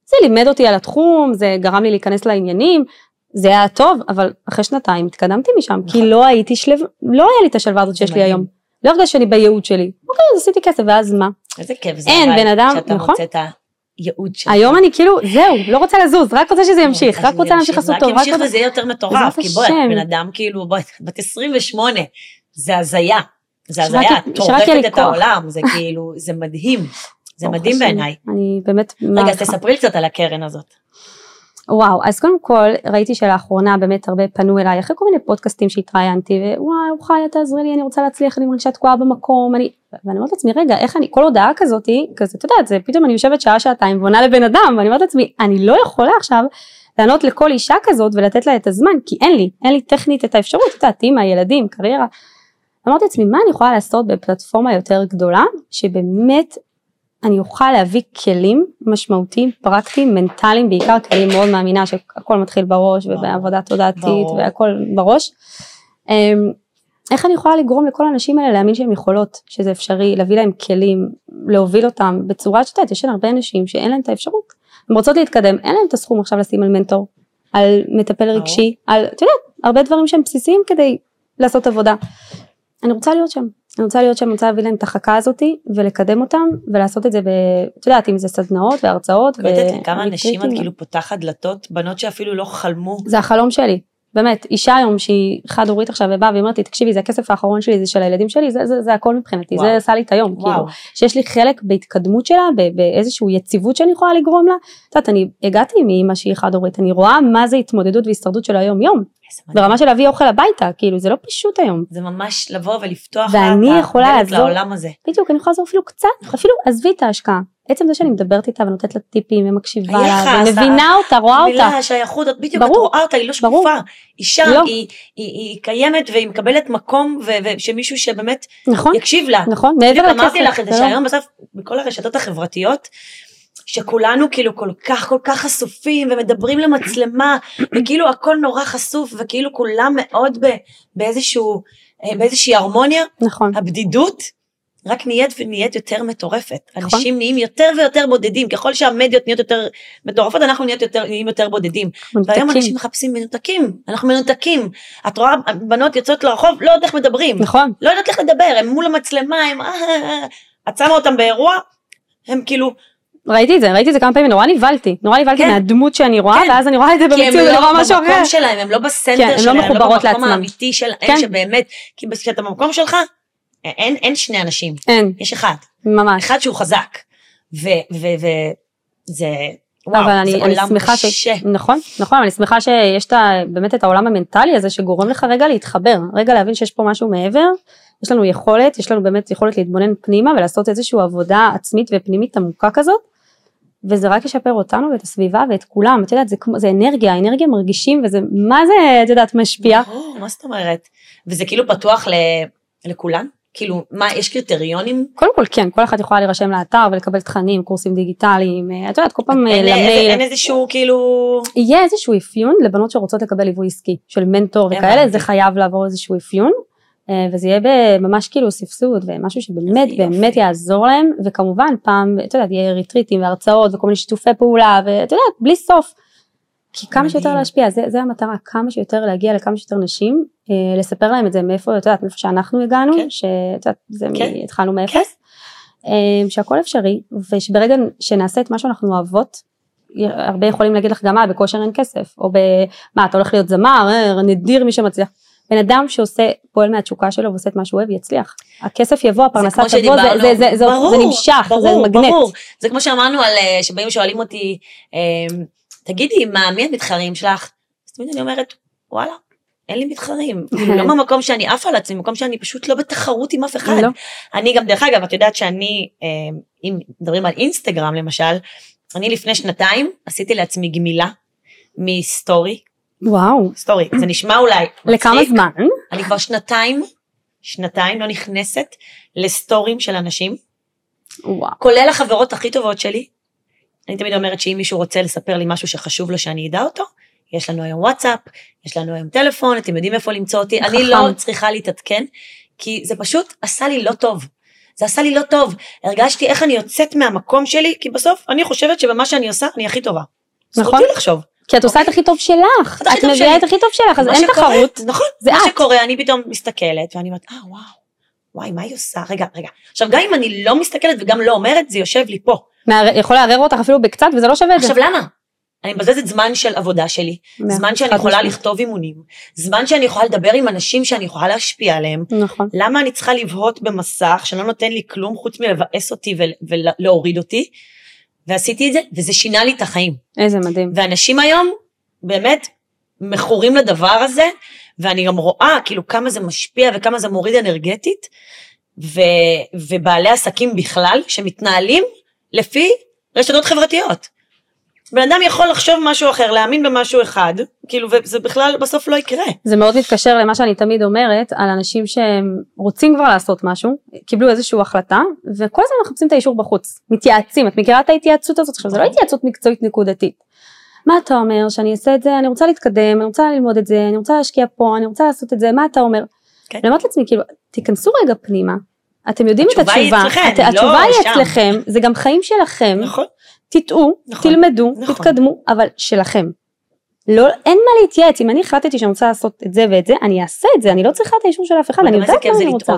זה לימד אותי על התחום, זה גרם לי להיכנס לעניינים, זה היה טוב, אבל אחרי שנתיים התקדמתי משם, כי לא הייתי שלב, לא היה לי את השלווה הזאת שיש לי היום. לא הרגע שאני בייעוד שלי. אוקיי, אז עשיתי כסף, ואז מה? איזה כיף זה. אין, בן אדם, שאתה נכון? מוצא את הייעוד שלך. היום אני כאילו, זהו, לא רוצה לזוז, רק רוצה שזה ימשיך, רק רוצה להמשיך לעשות טוב. רק ימשיך וזה יהיה יותר מטורף, כי בואי, בן אדם כאילו, בואי, בת עשרים ושמונה, זה הזיה. זה הזיה, טורפת את העולם, זה כאילו, זה מדהים. זה מדהים בעיניי. אני באמת... רגע, אז תספרי קצת על הקרן הזאת. וואו, אז קודם כל, ראיתי שלאחרונה באמת הרבה פנו אליי, אחרי כל מיני פודקאסטים שהתראיינתי, ווואי, חיה, תעזרי לי, אני רוצה להצליח, אני מרגישה תקועה במקום, אני... ואני אומרת לעצמי, רגע, איך אני, כל הודעה כזאת, כזה, אתה יודעת, זה פתאום אני יושבת שעה, שעתיים, ועונה לבן אדם, ואני אומרת לעצמי, אני לא יכולה עכשיו לענות לכל אישה כזאת, ולתת לה את הזמן, כי אין לי, אין לי טכנית את האפשרות, אתה יודעת, אימא, ילדים, קריירה. אמרתי לעצמי, מה אני יכולה לעשות בפלטפורמה יותר גדולה, שבאמת אני אוכל להביא כלים משמעותיים, פרקטיים, מנטליים, בעיקר כלים מאוד מאמינה שהכל מתחיל בראש ובעבודה תודעתית והכל בראש. איך אני יכולה לגרום לכל האנשים האלה להאמין שהם יכולות, שזה אפשרי, להביא להם כלים, להוביל אותם בצורה שתת, יש הרבה אנשים שאין להם את האפשרות, הם רוצות להתקדם, אין להם את הסכום עכשיו לשים על מנטור, על מטפל רגשי, על, אתה יודע, הרבה דברים שהם בסיסיים כדי לעשות עבודה. אני רוצה להיות שם. אני רוצה להיות שם, אני רוצה להביא להם את החכה הזאת, ולקדם אותם, ולעשות את זה, את יודעת, אם זה סדנאות והרצאות. כמה אנשים את כאילו פותחת דלתות, בנות שאפילו לא חלמו. זה החלום שלי, באמת, אישה היום שהיא חד הורית עכשיו ובאה, ואומרת לי, תקשיבי, זה הכסף האחרון שלי, זה של הילדים שלי, זה, זה, זה הכל מבחינתי, זה עשה לי את היום, כאילו, שיש לי חלק בהתקדמות שלה, באיזושהי יציבות שאני יכולה לגרום לה, את יודעת, אני הגעתי מאמא שהיא חד הורית, אני רואה מה זה התמודדות והסתרדות של היום יום, ברמה של להביא אוכל הביתה, כאילו, זה לא פשוט היום. זה ממש לבוא ולפתוח ואני יכולה לעזור, לעולם הזה. בדיוק, אני יכולה לעזור אפילו קצת, אפילו עזבי את ההשקעה. עצם זה שאני מדברת איתה ונותנת לה טיפים, ומקשיבה לה, ומבינה אותה, רואה אותה. המילה, השייכות, בדיוק, את רואה אותה, היא לא שקופה. אישה, היא קיימת, והיא מקבלת מקום, ושמישהו שבאמת יקשיב לה. נכון, מעבר לכסף. אמרתי לך את זה שהיום בסוף, בכל הרשתות החברתיות, שכולנו כאילו כל כך כל כך חשופים ומדברים למצלמה וכאילו הכל נורא חשוף וכאילו כולם מאוד באיזשהו באיזושהי הרמוניה. נכון. הבדידות רק נהיית ונהיית יותר מטורפת. אנשים נהיים יותר ויותר בודדים, ככל שהמדיות נהיות יותר מטורפות, אנחנו נהיות יותר, נהיים יותר בודדים. והיום אנשים מחפשים מנותקים, אנחנו מנותקים. את רואה, בנות יוצאות לרחוב, לא יודעת איך מדברים. נכון. לא יודעת איך לדבר, הם מול המצלמה, הם, את שמה אותם באירוע, הם כאילו, ראיתי את זה, ראיתי את זה כמה פעמים, נורא נבלתי, נורא נבלתי מהדמות שאני רואה, ואז אני רואה את זה במציאות, זה נורא משהו אחר. כי הם לא במקום שלהם, הם לא בסנטר שלהם, הם לא במקום האמיתי שלהם, שבאמת, כי כשאתה במקום שלך, אין שני אנשים, יש אחד. ממש. אחד שהוא חזק, וזה, וואו, זה עולם קשה. נכון, נכון, אני שמחה שיש באמת את העולם המנטלי הזה, שגורם לך רגע להתחבר, רגע להבין שיש פה משהו מעבר, יש לנו יכולת, יש לנו באמת יכולת להתבונן פנימה, ולעשות איזושהי עבודה עצמית ופנימית עמוקה כזאת, וזה רק ישפר אותנו ואת הסביבה ואת כולם, את יודעת, זה, זה אנרגיה, האנרגיה מרגישים, וזה, מה זה, את יודעת, משפיע? ברור, מה זאת אומרת? וזה כאילו פתוח ל, לכולם? כאילו, מה, יש קריטריונים? קודם כל, כן, כל אחד יכולה להירשם לאתר, ולקבל תכנים, קורסים דיגיטליים, את יודעת, כל פעם למייל. אין איזשהו, כאילו... יהיה איזשהו אפיון לבנות שרוצות לקבל ליווי עסקי, של מנטור וכאלה, זה חייב לעבור איזשהו אפיון, וזה יהיה ממש כאילו ספסוד, ומשהו שבאמת באמת יעזור להם, וכמובן פעם, את יודעת, יהיה ריטריטים והרצאות, וכל מיני שיתופי פעולה, ואת יודעת, בלי סוף, כי כמה שיותר להשפיע, זה, זה המטרה, כמה שיותר להגיע לכמה שיותר נשים, לספר להם את זה מאיפה, את יודעת, מאיפה שאנחנו הגענו, שאת יודעת, זה התחלנו מאפס, שהכל אפשרי, ושברגע שנעשה את מה שאנחנו אוהבות, הרבה יכולים להגיד לך גם מה, בכושר אין כסף, או במה, אתה הולך להיות זמר, נדיר מי שמצליח, בן אדם שעושה, פועל מהתשוקה שלו ועושה את מה שהוא אוהב, יצליח. הכסף יבוא, הפרנסה תבוא, זה, זה, זה, זה נמשך, ברור, זה מגנט. ברור. זה כמו שאמרנו על, שבאים שואלים אותי, תגידי, מה, מי המתחרים שלך? אז תמיד אני אומרת, וואלה, אין לי מתחרים. לא במקום שאני עפה על עצמי, במקום שאני פשוט לא בתחרות עם אף אחד. אני גם, דרך אגב, את יודעת שאני, אם מדברים על אינסטגרם למשל, אני לפני שנתיים עשיתי לעצמי גמילה מסטורי, וואו. סטורי, זה נשמע אולי מצחיק. לכמה זמן? אני כבר שנתיים, שנתיים לא נכנסת לסטורים של אנשים, וואו. כולל החברות הכי טובות שלי, אני תמיד אומרת שאם מישהו רוצה לספר לי משהו שחשוב לו שאני אדע אותו, יש לנו היום וואטסאפ, יש לנו היום טלפון, אתם יודעים איפה למצוא אותי, אני לא צריכה להתעדכן, כי זה פשוט עשה לי לא טוב, זה עשה לי לא טוב, הרגשתי איך אני יוצאת מהמקום שלי, כי בסוף אני חושבת שבמה שאני עושה, אני הכי טובה. נכון. זכותי לחשוב. כי את עושה את הכי טוב שלך, את מביאה את הכי טוב שלך, אז אין תחרות. נכון, מה שקורה, אני פתאום מסתכלת, ואני אומרת, אה, וואו, וואי, מה היא עושה? רגע, רגע. עכשיו, גם אם אני לא מסתכלת וגם לא אומרת, זה יושב לי פה. יכול לערער אותך אפילו בקצת, וזה לא שווה את זה. עכשיו, למה? אני מבזבזת זמן של עבודה שלי, זמן שאני יכולה לכתוב אימונים, זמן שאני יכולה לדבר עם אנשים שאני יכולה להשפיע עליהם. נכון. למה אני צריכה לבהות במסך שלא נותן לי כלום חוץ מלבאס אותי ולהוריד אותי? ועשיתי את זה, וזה שינה לי את החיים. איזה מדהים. ואנשים היום באמת מכורים לדבר הזה, ואני גם רואה כאילו כמה זה משפיע וכמה זה מוריד אנרגטית, ו, ובעלי עסקים בכלל שמתנהלים לפי רשתות חברתיות. בן אדם יכול לחשוב משהו אחר, להאמין במשהו אחד, כאילו, וזה בכלל בסוף לא יקרה. זה מאוד מתקשר למה שאני תמיד אומרת, על אנשים שהם רוצים כבר לעשות משהו, קיבלו איזושהי החלטה, וכל הזמן מחפשים את האישור בחוץ, מתייעצים, את מכירה את ההתייעצות הזאת, עכשיו זה לא התייעצות מקצועית נקודתית. מה אתה אומר, שאני אעשה את זה, אני רוצה להתקדם, אני רוצה ללמוד את זה, אני רוצה להשקיע פה, אני רוצה לעשות את זה, מה אתה אומר? אני אומרת לעצמי, כאילו, תיכנסו רגע פנימה, אתם יודעים את התשובה, התשובה היא אצלכם, זה גם חיים שלכם, תטעו, תלמדו, תתקדמו, אבל שלכם. לא, אין מה להתייעץ, אם אני החלטתי שאני רוצה לעשות את זה ואת זה, אני אעשה את זה, אני לא צריכה את האישור של אף אחד, אני יודעת מה אני רוצה.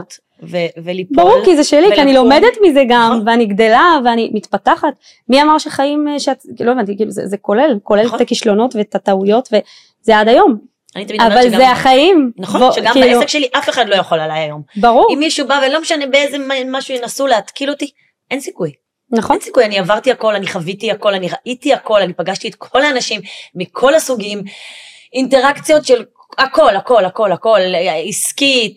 ברור, כי זה שלי, כי אני לומדת מזה גם, ואני גדלה, ואני מתפתחת. מי אמר שחיים, לא הבנתי, זה כולל, כולל את הכישלונות ואת הטעויות, וזה עד היום. אבל זה החיים. נכון, שגם בעסק שלי אף אחד לא יכול עליי היום. ברור. אם מישהו בא ולא משנה באיזה משהו ינסו להתקיל אותי, אין סיכוי. נכון. אין סיכוי, אני עברתי הכל, אני חוויתי הכל, אני ראיתי הכל, אני פגשתי את כל האנשים מכל הסוגים, אינטראקציות של הכל, הכל, הכל, הכל, עסקית,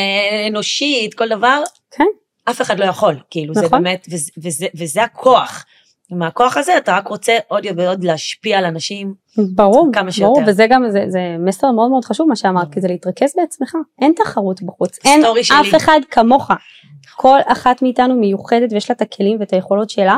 אנושית, כל דבר. כן. אף אחד לא יכול, כאילו, זה באמת, וזה, וזה הכוח. ומהכוח הזה אתה רק רוצה עוד ועוד להשפיע על אנשים. ברור, כמה שיותר. ברור, וזה גם, זה, זה מסר מאוד מאוד חשוב מה שאמרת, כי זה להתרכז בעצמך. אין תחרות בחוץ, אין אף אחד כמוך. כל אחת מאיתנו מיוחדת ויש לה את הכלים ואת היכולות שלה,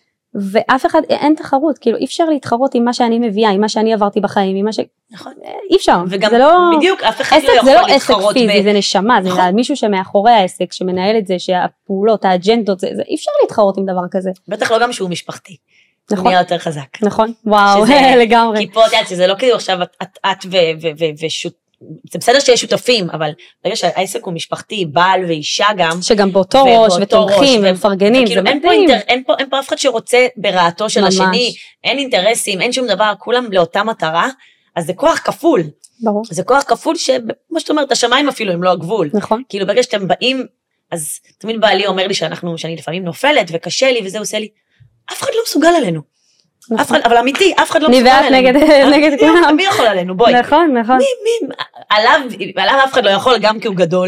ואף אחד, אין תחרות, כאילו אי אפשר להתחרות עם מה שאני מביאה, עם מה שאני עברתי בחיים, עם מה ש... נכון. אי אפשר. וגם זה לא... בדיוק, אף אחד עסק, לא יכול זה לא להתחרות. עסק פיזי, זה נשמה, זה מישהו שמאחורי העסק, שמנהל את זה, שהפעולות, האג'נדות, זה, זה, אי אפשר להתחרות עם דבר כזה. בטח לא גם שהוא משפחתי. נכון. נהיה יותר חזק. נכון, וואו, לגמרי. כי פה, את יודעת, שזה לא כאילו עכשיו את ושות... זה בסדר שיש שותפים, אבל ברגע שהעסק הוא משפחתי, בעל ואישה גם. שגם באותו ראש, ותומכים, ומפרגנים, זה מדהים. אין פה אף אחד שרוצה ברעתו של השני, אין אינטרסים, אין שום דבר, כולם לאותה מטרה, אז זה כוח כפול. ברור. זה כוח כפול שכמו שאת אומרת, השמיים אפילו הם לא הגבול. נכון. כאילו ברגע שאתם באים, אז תמיד בעלי אומר לי שאנחנו, שאני לפעמים נופלת וקשה לי, וזה עושה לי, אף אחד לא מסוגל עלינו. נכון. אבל אמיתי, אף אחד לא מסוגל עלינו. נגד, נגד כולם. מי יכול עלינו? בואי. נכון, נכון. מי, מי, עליו, עליו אף אחד לא יכול, גם כי הוא גדול,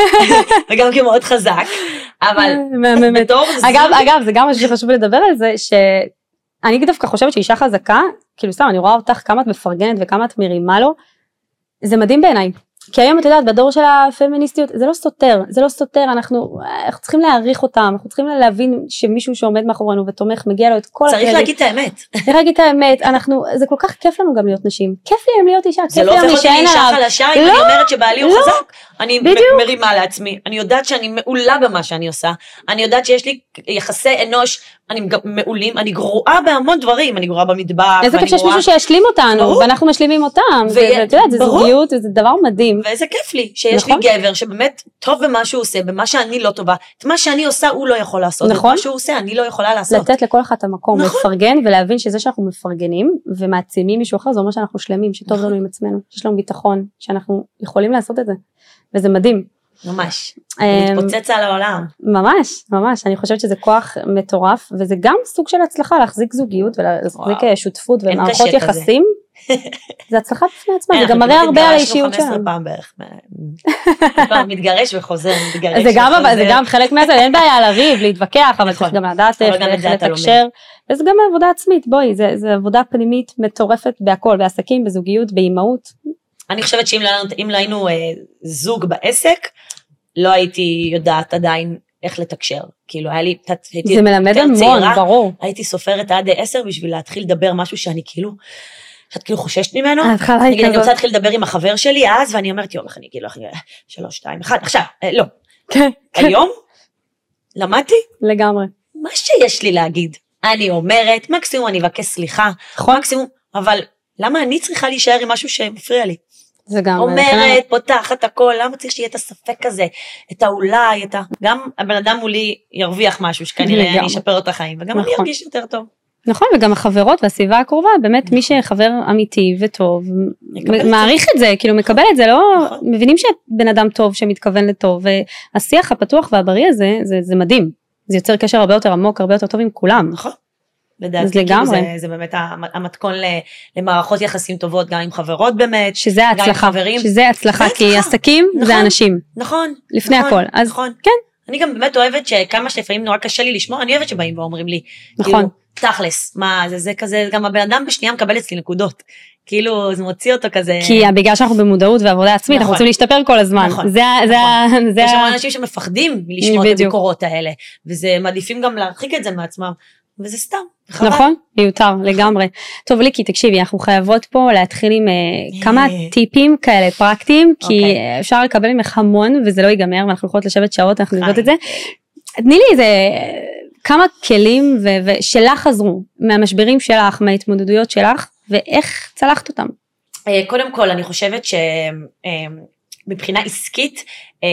וגם כי הוא מאוד חזק, אבל בתור זוג... אגב, אגב, זה גם משהו שחשוב לדבר על זה, שאני דווקא חושבת שאישה חזקה, כאילו סתם, אני רואה אותך כמה את מפרגנת וכמה את מרימה לו, זה מדהים בעיניי. כי היום את יודעת, בדור של הפמיניסטיות, זה לא סותר, זה לא סותר, אנחנו, אנחנו צריכים להעריך אותם, אנחנו צריכים להבין שמישהו שעומד מאחורינו ותומך, מגיע לו את כל... צריך להגיד את האמת. צריך להגיד את האמת, אנחנו, זה כל כך כיף לנו גם להיות נשים, כיף לי הם להיות אישה, כיף לי זה לא הם הופך אותי לאישה חלשה, אם אני אומרת שבעלי הוא חזק, אני מרימה לעצמי, אני יודעת שאני מעולה במה שאני עושה, אני יודעת שיש לי יחסי אנוש, אני מעולים, אני גרועה בהמון דברים, אני גרועה במטבח, איזה כיף שיש מישהו שישלים אותנו, ואנחנו משלימים אותם, ואת יודעת, זה זוגיות, זה דבר מדהים. ואיזה כיף לי, שיש לי גבר שבאמת טוב במה שהוא עושה, במה שאני לא טובה, את מה שאני עושה הוא לא יכול לעשות, את מה שהוא עושה אני לא יכולה לעשות. לתת לכל אחד את המקום, לפרגן ולהבין שזה שאנחנו מפרגנים ומעצימים מישהו אחר, זה אומר שאנחנו שלמים, שטוב לנו עם עצמנו, שיש לנו ביטחון, שאנחנו יכולים לעשות את זה, וזה מדהים. ממש, להתפוצץ על העולם. ממש, ממש, אני חושבת שזה כוח מטורף, וזה גם סוג של הצלחה להחזיק זוגיות, ולהחזיק שותפות ומערכות יחסים, זה הצלחה בפני עצמה, זה גם מראה הרבה על האישיות שלנו. חמש עשרה פעם בערך, מתגרש וחוזר, מתגרש וחוזר. זה גם חלק מהזה, אין בעיה לריב, להתווכח, אבל צריך גם לדעת איך לתקשר, וזה גם עבודה עצמית, בואי, זה עבודה פנימית מטורפת בהכל, בעסקים, בזוגיות, באימהות. אני חושבת שאם לא היינו זוג בעסק, לא הייתי יודעת עדיין איך לתקשר, כאילו היה לי, זה מלמד המון, ברור. הייתי סופרת עד עשר בשביל להתחיל לדבר משהו שאני כאילו, שאת כאילו חוששת ממנו, נגיד אני רוצה להתחיל לדבר עם החבר שלי אז, ואני אומרת, יום, איך אני אגיד לך, שלוש, שתיים, אחד, עכשיו, לא, היום, למדתי? לגמרי. מה שיש לי להגיד. אני אומרת, מקסימום אני אבקש סליחה, מקסימום, אבל למה אני צריכה להישאר עם משהו שמפריע לי? זה גם... אומרת, פותחת הכל, למה צריך שיהיה את הספק הזה, את האולי, את ה... גם הבן אדם מולי ירוויח משהו, שכנראה אני אשפר את החיים, וגם אני ארגיש יותר טוב. נכון, וגם החברות והסביבה הקרובה, באמת מי שחבר אמיתי וטוב, מעריך את זה, כאילו מקבל את זה, לא... מבינים שבן אדם טוב שמתכוון לטוב, והשיח הפתוח והבריא הזה, זה מדהים. זה יוצר קשר הרבה יותר עמוק, הרבה יותר טוב עם כולם. נכון. לדעתי, זה, זה באמת המתכון למערכות יחסים טובות, גם עם חברות באמת, שזה הצלחה, שזה הצלחה, כי עסקים זה אנשים. נכון. לפני הכל. אז כן. אני גם באמת אוהבת שכמה שלפעמים נורא קשה לי לשמוע, אני אוהבת שבאים ואומרים לי, נכון. תכלס, מה, זה, זה כזה, גם הבן אדם בשנייה מקבל אצלי נקודות. כאילו, זה מוציא אותו כזה... כי בגלל שאנחנו במודעות ועבודה עצמית, אנחנו רוצים להשתפר כל הזמן. נכון, זה, זה, זה... יש שם אנשים שמפחדים מלשמוע את הביקורות האלה, וזה מעדיפים גם להרחיק את זה מעצמם, וזה סתם. נכון, מיותר, לגמרי. טוב, ליקי, תקשיבי, אנחנו חייבות פה להתחיל עם כמה טיפים כאלה פרקטיים, כי אפשר לקבל ממך המון, וזה לא ייגמר, ואנחנו יכולות לשבת שעות, אנחנו נראות את זה. תני לי איזה... כמה כלים שלך עזרו מהמשברים שלך, מההתמודדויות שלך, ואיך צלחת אותם? קודם כל, אני חושבת שמבחינה עסקית,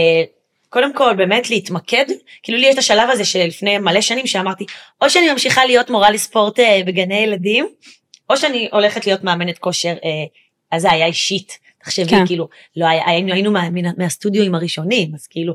קודם כל באמת להתמקד, כאילו לי יש את השלב הזה שלפני מלא שנים שאמרתי, או שאני ממשיכה להיות מורה לספורט בגני ילדים, או שאני הולכת להיות מאמנת כושר, אז זה היה אישית, תחשבי, כאילו, לא היינו מהסטודיו הראשונים, אז כאילו,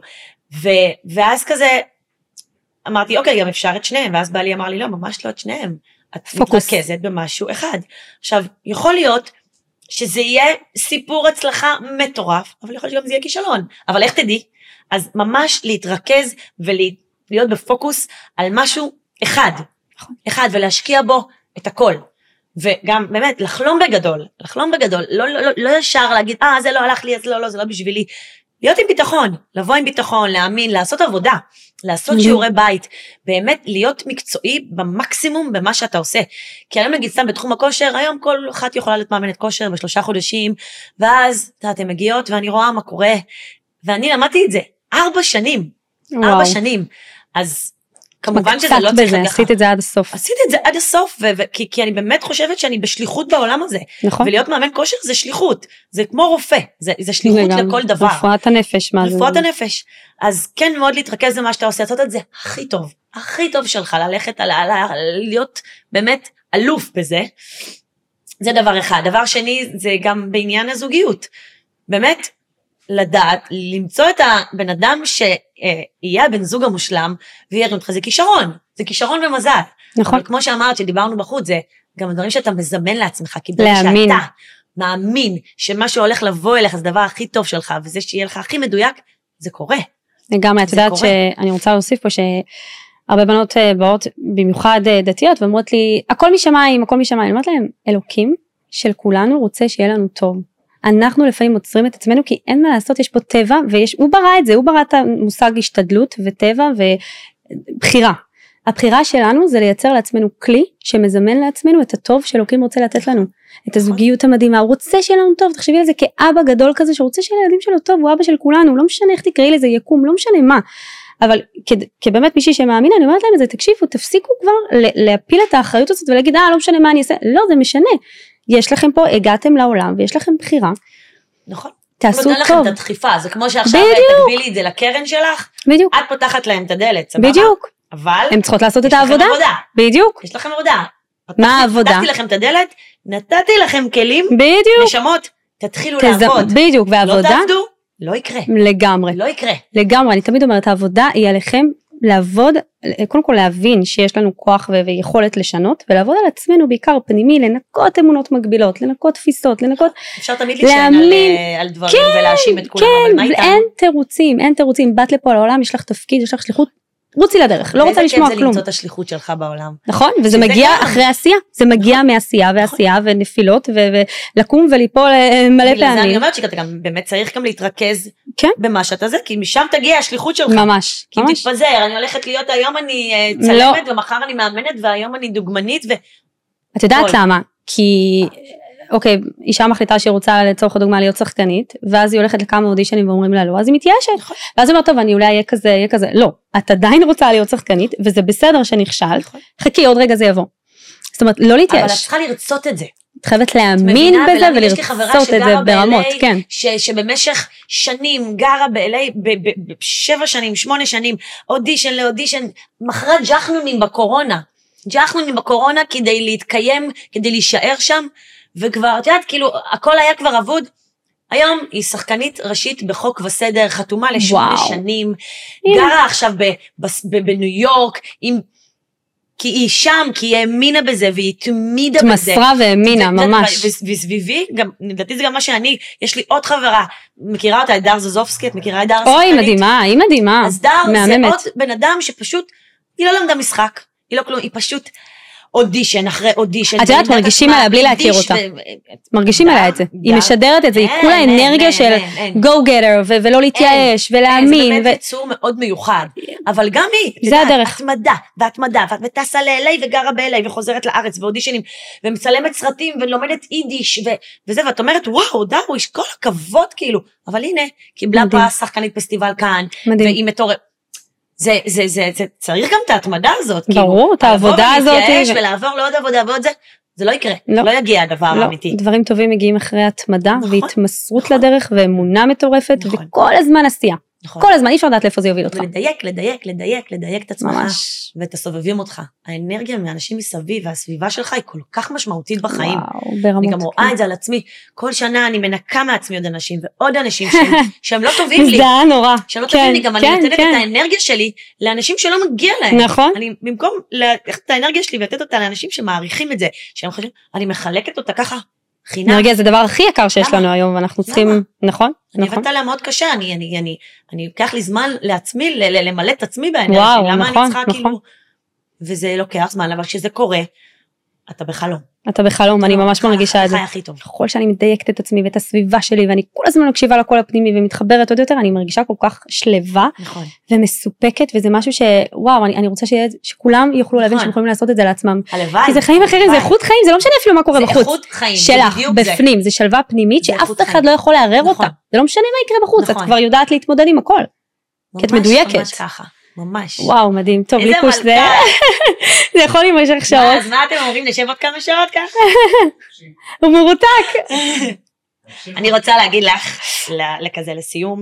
ואז כזה, אמרתי, אוקיי, גם אפשר את שניהם, ואז בעלי אמר לי, לא, ממש לא את שניהם, את מתרכזת במשהו אחד. עכשיו, יכול להיות שזה יהיה סיפור הצלחה מטורף, אבל יכול להיות שגם זה יהיה כישלון, אבל איך תדעי? אז ממש להתרכז ולהיות בפוקוס על משהו אחד, אחד, ולהשקיע בו את הכל. וגם באמת, לחלום בגדול, לחלום בגדול, לא, לא, לא, לא ישר להגיד, אה, זה לא הלך לי, אז לא, לא, זה לא בשבילי. להיות עם ביטחון, לבוא עם ביטחון, להאמין, לעשות עבודה, לעשות שיעורי בית, באמת להיות מקצועי במקסימום במה שאתה עושה. כי היום נגיד סתם בתחום הכושר, היום כל אחת יכולה להיות מאמנת כושר בשלושה חודשים, ואז אתן מגיעות ואני רואה מה קורה, ואני למדתי את זה ארבע שנים, ארבע שנים, אז כמובן שזה לא צריך לקחת. עשית את זה עד הסוף. עשית את זה עד הסוף, כי אני באמת חושבת שאני בשליחות בעולם הזה, ולהיות מאמן כושר זה שליחות, זה כמו רופא, זה שליחות לכל דבר. רפואת הנפש, מה זה? רפואת הנפש, אז כן מאוד להתרכז במה שאתה עושה, לעשות את זה הכי טוב, הכי טוב שלך, ללכת, להיות באמת אלוף בזה, זה דבר אחד. דבר שני, זה גם בעניין הזוגיות, באמת, לדעת, למצוא את הבן אדם שיהיה הבן זוג המושלם, ויהיה אותך, זה כישרון, זה כישרון ומזל. נכון. אבל כמו שאמרת, שדיברנו בחוץ, זה גם הדברים שאתה מזמן לעצמך, כי ברגע שאתה מאמין שמה שהולך לבוא אליך, זה הדבר הכי טוב שלך, וזה שיהיה לך הכי מדויק, זה קורה. לגמרי, את יודעת שאני רוצה להוסיף פה, שהרבה בנות באות במיוחד דתיות, ואומרות לי, הכל משמיים, הכל משמיים, אני אומרת להם, אלוקים של כולנו רוצה שיהיה לנו טוב. אנחנו לפעמים מוצרים את עצמנו, כי אין מה לעשות, יש פה טבע, והוא ברא את זה, הוא ברא את המושג השתדלות, וטבע, ובחירה. הבחירה שלנו זה לייצר לעצמנו כלי, שמזמן לעצמנו את הטוב שאלוקים רוצה לתת לנו, את הזוגיות המדהימה, הוא רוצה שיהיה לנו טוב, תחשבי על זה כאבא גדול כזה, שרוצה שלילדים שלו טוב, הוא אבא של כולנו, לא משנה איך תקראי לזה יקום, לא משנה מה, אבל כבאמת מישהי שמאמינה, אני אומרת להם את זה, תקשיבו, תפסיקו כבר להפיל את האחריות הזאת, ולהגיד, אה, לא משנה מה אני אעשה, לא, זה משנה. יש לכם פה, הגעתם לעולם, ויש לכם בחירה. נכון. תעשו טוב. נותן לכם את הדחיפה, זה כמו שעכשיו תגבילי את זה לקרן שלך, בדיוק. את פותחת להם את הדלת, סבבה? בדיוק. אבל... הם צריכות לעשות את העבודה. יש לכם עבודה. בדיוק. יש לכם עבודה. מה העבודה? פתחתי לכם את הדלת, נתתי לכם כלים, בדיוק. נשמות, תתחילו לעבוד. בדיוק, והעבודה... לא תעבדו, לא יקרה. לגמרי. לא יקרה. לגמרי, אני תמיד אומרת, העבודה היא עליכם לעבוד, קודם כל להבין שיש לנו כוח ויכולת לשנות, ולעבוד על עצמנו בעיקר פנימי, לנקות אמונות מגבילות, לנקות תפיסות, לנקות... אפשר תמיד להשען על, על דברים כן, ולהאשים את כולם, כן, אבל מה איתם? אין תירוצים, אין תירוצים, באת לפה לעולם, יש לך תפקיד, יש לך שליחות, רוצי לדרך, לא רוצה לשמוע כלום. איזה כן זה למצוא את השליחות שלך בעולם. נכון, וזה מגיע אחרי עשייה, זה מגיע מעשייה ועשייה ונפילות, ולקום וליפול מלא פעמים. בגלל זה אני אומרת שאתה גם באמת צריך גם להתרכז במה שאתה זה, כי משם תגיע השליחות שלך. ממש. כי תתפזר, אני הולכת להיות, היום אני צלמת, ומחר אני מאמנת, והיום אני דוגמנית. את יודעת למה? כי אוקיי, אישה מחליטה שהיא רוצה לצורך הדוגמה להיות שחקנית, ואז היא הולכת לכמה אודישנים ואומרים לה לא, אז היא מתיישת. ואז היא אומרת, טוב, אני אולי אהיה כזה, אהיה כזה. לא, את עדיין רוצה להיות שחקנית, וזה בסדר שנכשלת, חכי, עוד רגע זה יבוא. זאת אומרת, לא להתייש. אבל את צריכה לרצות את זה. את חייבת להאמין בזה ולרצות את זה ברמות, כן. שבמשך שנים גרה ב-אל איי, בשבע שנים, שמונה שנים, אודישן לאודישן, מכרה ג'חנונים בקורונה. ג'חנונים בקורונה כדי להתקיים, כדי להישאר שם, וכבר, את יודעת, כאילו, הכל היה כבר אבוד. היום היא שחקנית ראשית בחוק וסדר, חתומה לשמונה שנים, גרה עכשיו בניו יורק, עם... כי היא שם, כי היא האמינה בזה, והיא תמידה בזה. תמסרה והאמינה, ממש. וסביבי, לדעתי זה גם מה שאני, יש לי עוד חברה, מכירה אותה, את דר זוזובסקי, את מכירה את דר השחקנית? אוי, מדהימה, היא מדהימה. אז דר זה עוד בן אדם שפשוט, היא לא למדה משחק, היא לא כלום, היא פשוט אודישן אחרי אודישן. את יודעת, מרגישים עליה בלי להכיר אותה. מרגישים עליה את זה. היא משדרת את זה, היא כולה אנרגיה של go getter, ולא להתייאש, ולהאמין. זה באמת יצור מאוד מיוחד. אבל גם היא, זה הדרך. התמדה, והתמדה, וטסה ל-אל איי וגרה ב-אל איי, וחוזרת לארץ, ואודישנים, ומצלמת סרטים, ולומדת יידיש, וזה, ואת אומרת, וואו, דרוש, כל הכבוד, כאילו. אבל הנה, קיבלה פרס שחקנית פסטיבל כאן, והיא מטורפת. זה, זה, זה, זה, צריך גם את ההתמדה הזאת. ברור, את העבודה הזאת. לבוא ולהתייאש ולעבור לעוד עבודה ועוד זה, זה לא יקרה, לא יגיע הדבר האמיתי. דברים טובים מגיעים אחרי התמדה, והתמסרות לדרך, ואמונה מטורפת, וכל הזמן עשייה. כל הזמן, אי אפשר לדעת לאיפה זה יוביל אותך. ולדייק, לדייק, לדייק, לדייק את עצמך, ואת הסובבים אותך. האנרגיה מהאנשים מסביב, והסביבה שלך היא כל כך משמעותית בחיים. אני גם רואה את זה על עצמי. כל שנה אני מנקה מעצמי עוד אנשים, ועוד אנשים שהם לא טובים לי. מזדהה נורא. שהם לא טובים לי, גם אני נותנת את האנרגיה שלי לאנשים שלא מגיע להם. נכון. אני במקום לקחת את האנרגיה שלי ולתת אותה לאנשים שמעריכים את זה, שהם חושבים, אני מחלקת אותה ככה. אנרגיה זה הדבר הכי יקר שיש לנו היום, ואנחנו צריכים, נכון? אני עבדתי עליה מאוד קשה, אני לוקח לי זמן לעצמי, למלא את עצמי באנרגיה, למה אני צריכה כאילו, וזה לוקח זמן, אבל כשזה קורה, אתה בחלום. אתה בחלום, אני ממש מרגישה את זה. ככל שאני מדייקת את עצמי ואת הסביבה שלי, ואני כל הזמן מקשיבה לקול הפנימי ומתחברת עוד יותר, אני מרגישה כל כך שלווה ומסופקת, וזה משהו שוואו, אני רוצה שכולם יוכלו להבין שהם יכולים לעשות את זה לעצמם. כי זה חיים אחרים, זה איכות חיים, זה לא משנה אפילו מה קורה בחוץ. שלך, בפנים, זה שלווה פנימית שאף אחד לא יכול לערער אותה. זה לא משנה מה יקרה בחוץ, את כבר יודעת להתמודד עם הכל. כי את מדויקת. ממש ככה. ממש. וואו, מדהים. טוב, ליפוש זה... זה יכול להימשך שעות. אז מה אתם אומרים? נשב עוד כמה שעות ככה? הוא מרותק. אני רוצה להגיד לך, לכזה לסיום,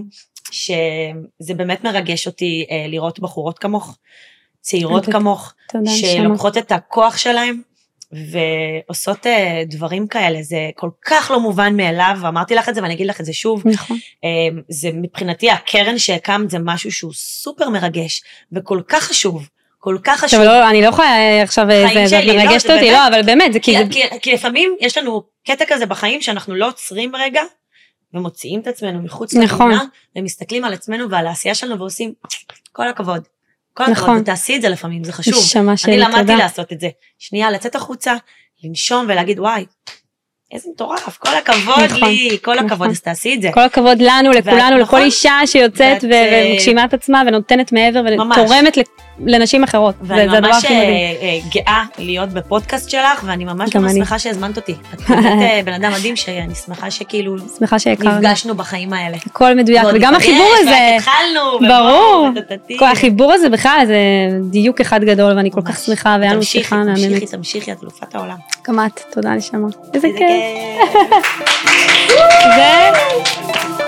שזה באמת מרגש אותי לראות בחורות כמוך, צעירות כמוך, שלוקחות את הכוח שלהם, ועושות דברים כאלה, זה כל כך לא מובן מאליו, ואמרתי לך את זה ואני אגיד לך את זה שוב, נכון. זה מבחינתי הקרן שהקמת זה משהו שהוא סופר מרגש, וכל כך חשוב, כל כך חשוב. לא, אני לא יכולה עכשיו, זה מרגשת אותי, לא, אבל באמת, זה כי... כי לפעמים יש לנו קטע כזה בחיים, שאנחנו לא עוצרים רגע, ומוציאים את עצמנו מחוץ לתמונה, ומסתכלים על עצמנו ועל העשייה שלנו, ועושים כל הכבוד. כל הכבוד, ותעשי את זה לפעמים, זה חשוב. אני למדתי לעשות את זה. שנייה, לצאת החוצה, לנשום ולהגיד, וואי, איזה מטורף, כל הכבוד לי, כל הכבוד, אז תעשי את זה. כל הכבוד לנו, לכולנו, לכל אישה שיוצאת ומגשימה את עצמה, ונותנת מעבר, ותורמת לנשים אחרות. ואני ממש גאה להיות בפודקאסט שלך, ואני ממש ממש שמחה שהזמנת אותי. את באמת בן אדם מדהים, שאני שמחה שכאילו נפגשנו בחיים האלה. הכל מדויק, וגם החיבור הזה, ברור, החיבור הזה בכלל, זה דיוק אחד גדול, ואני כל כך שמחה, והיה לנו שיחה מהממת. תמשיכי, תמשיכי, את אלופת העולם. גם את, תודה נשמה. איזה כיף. זה...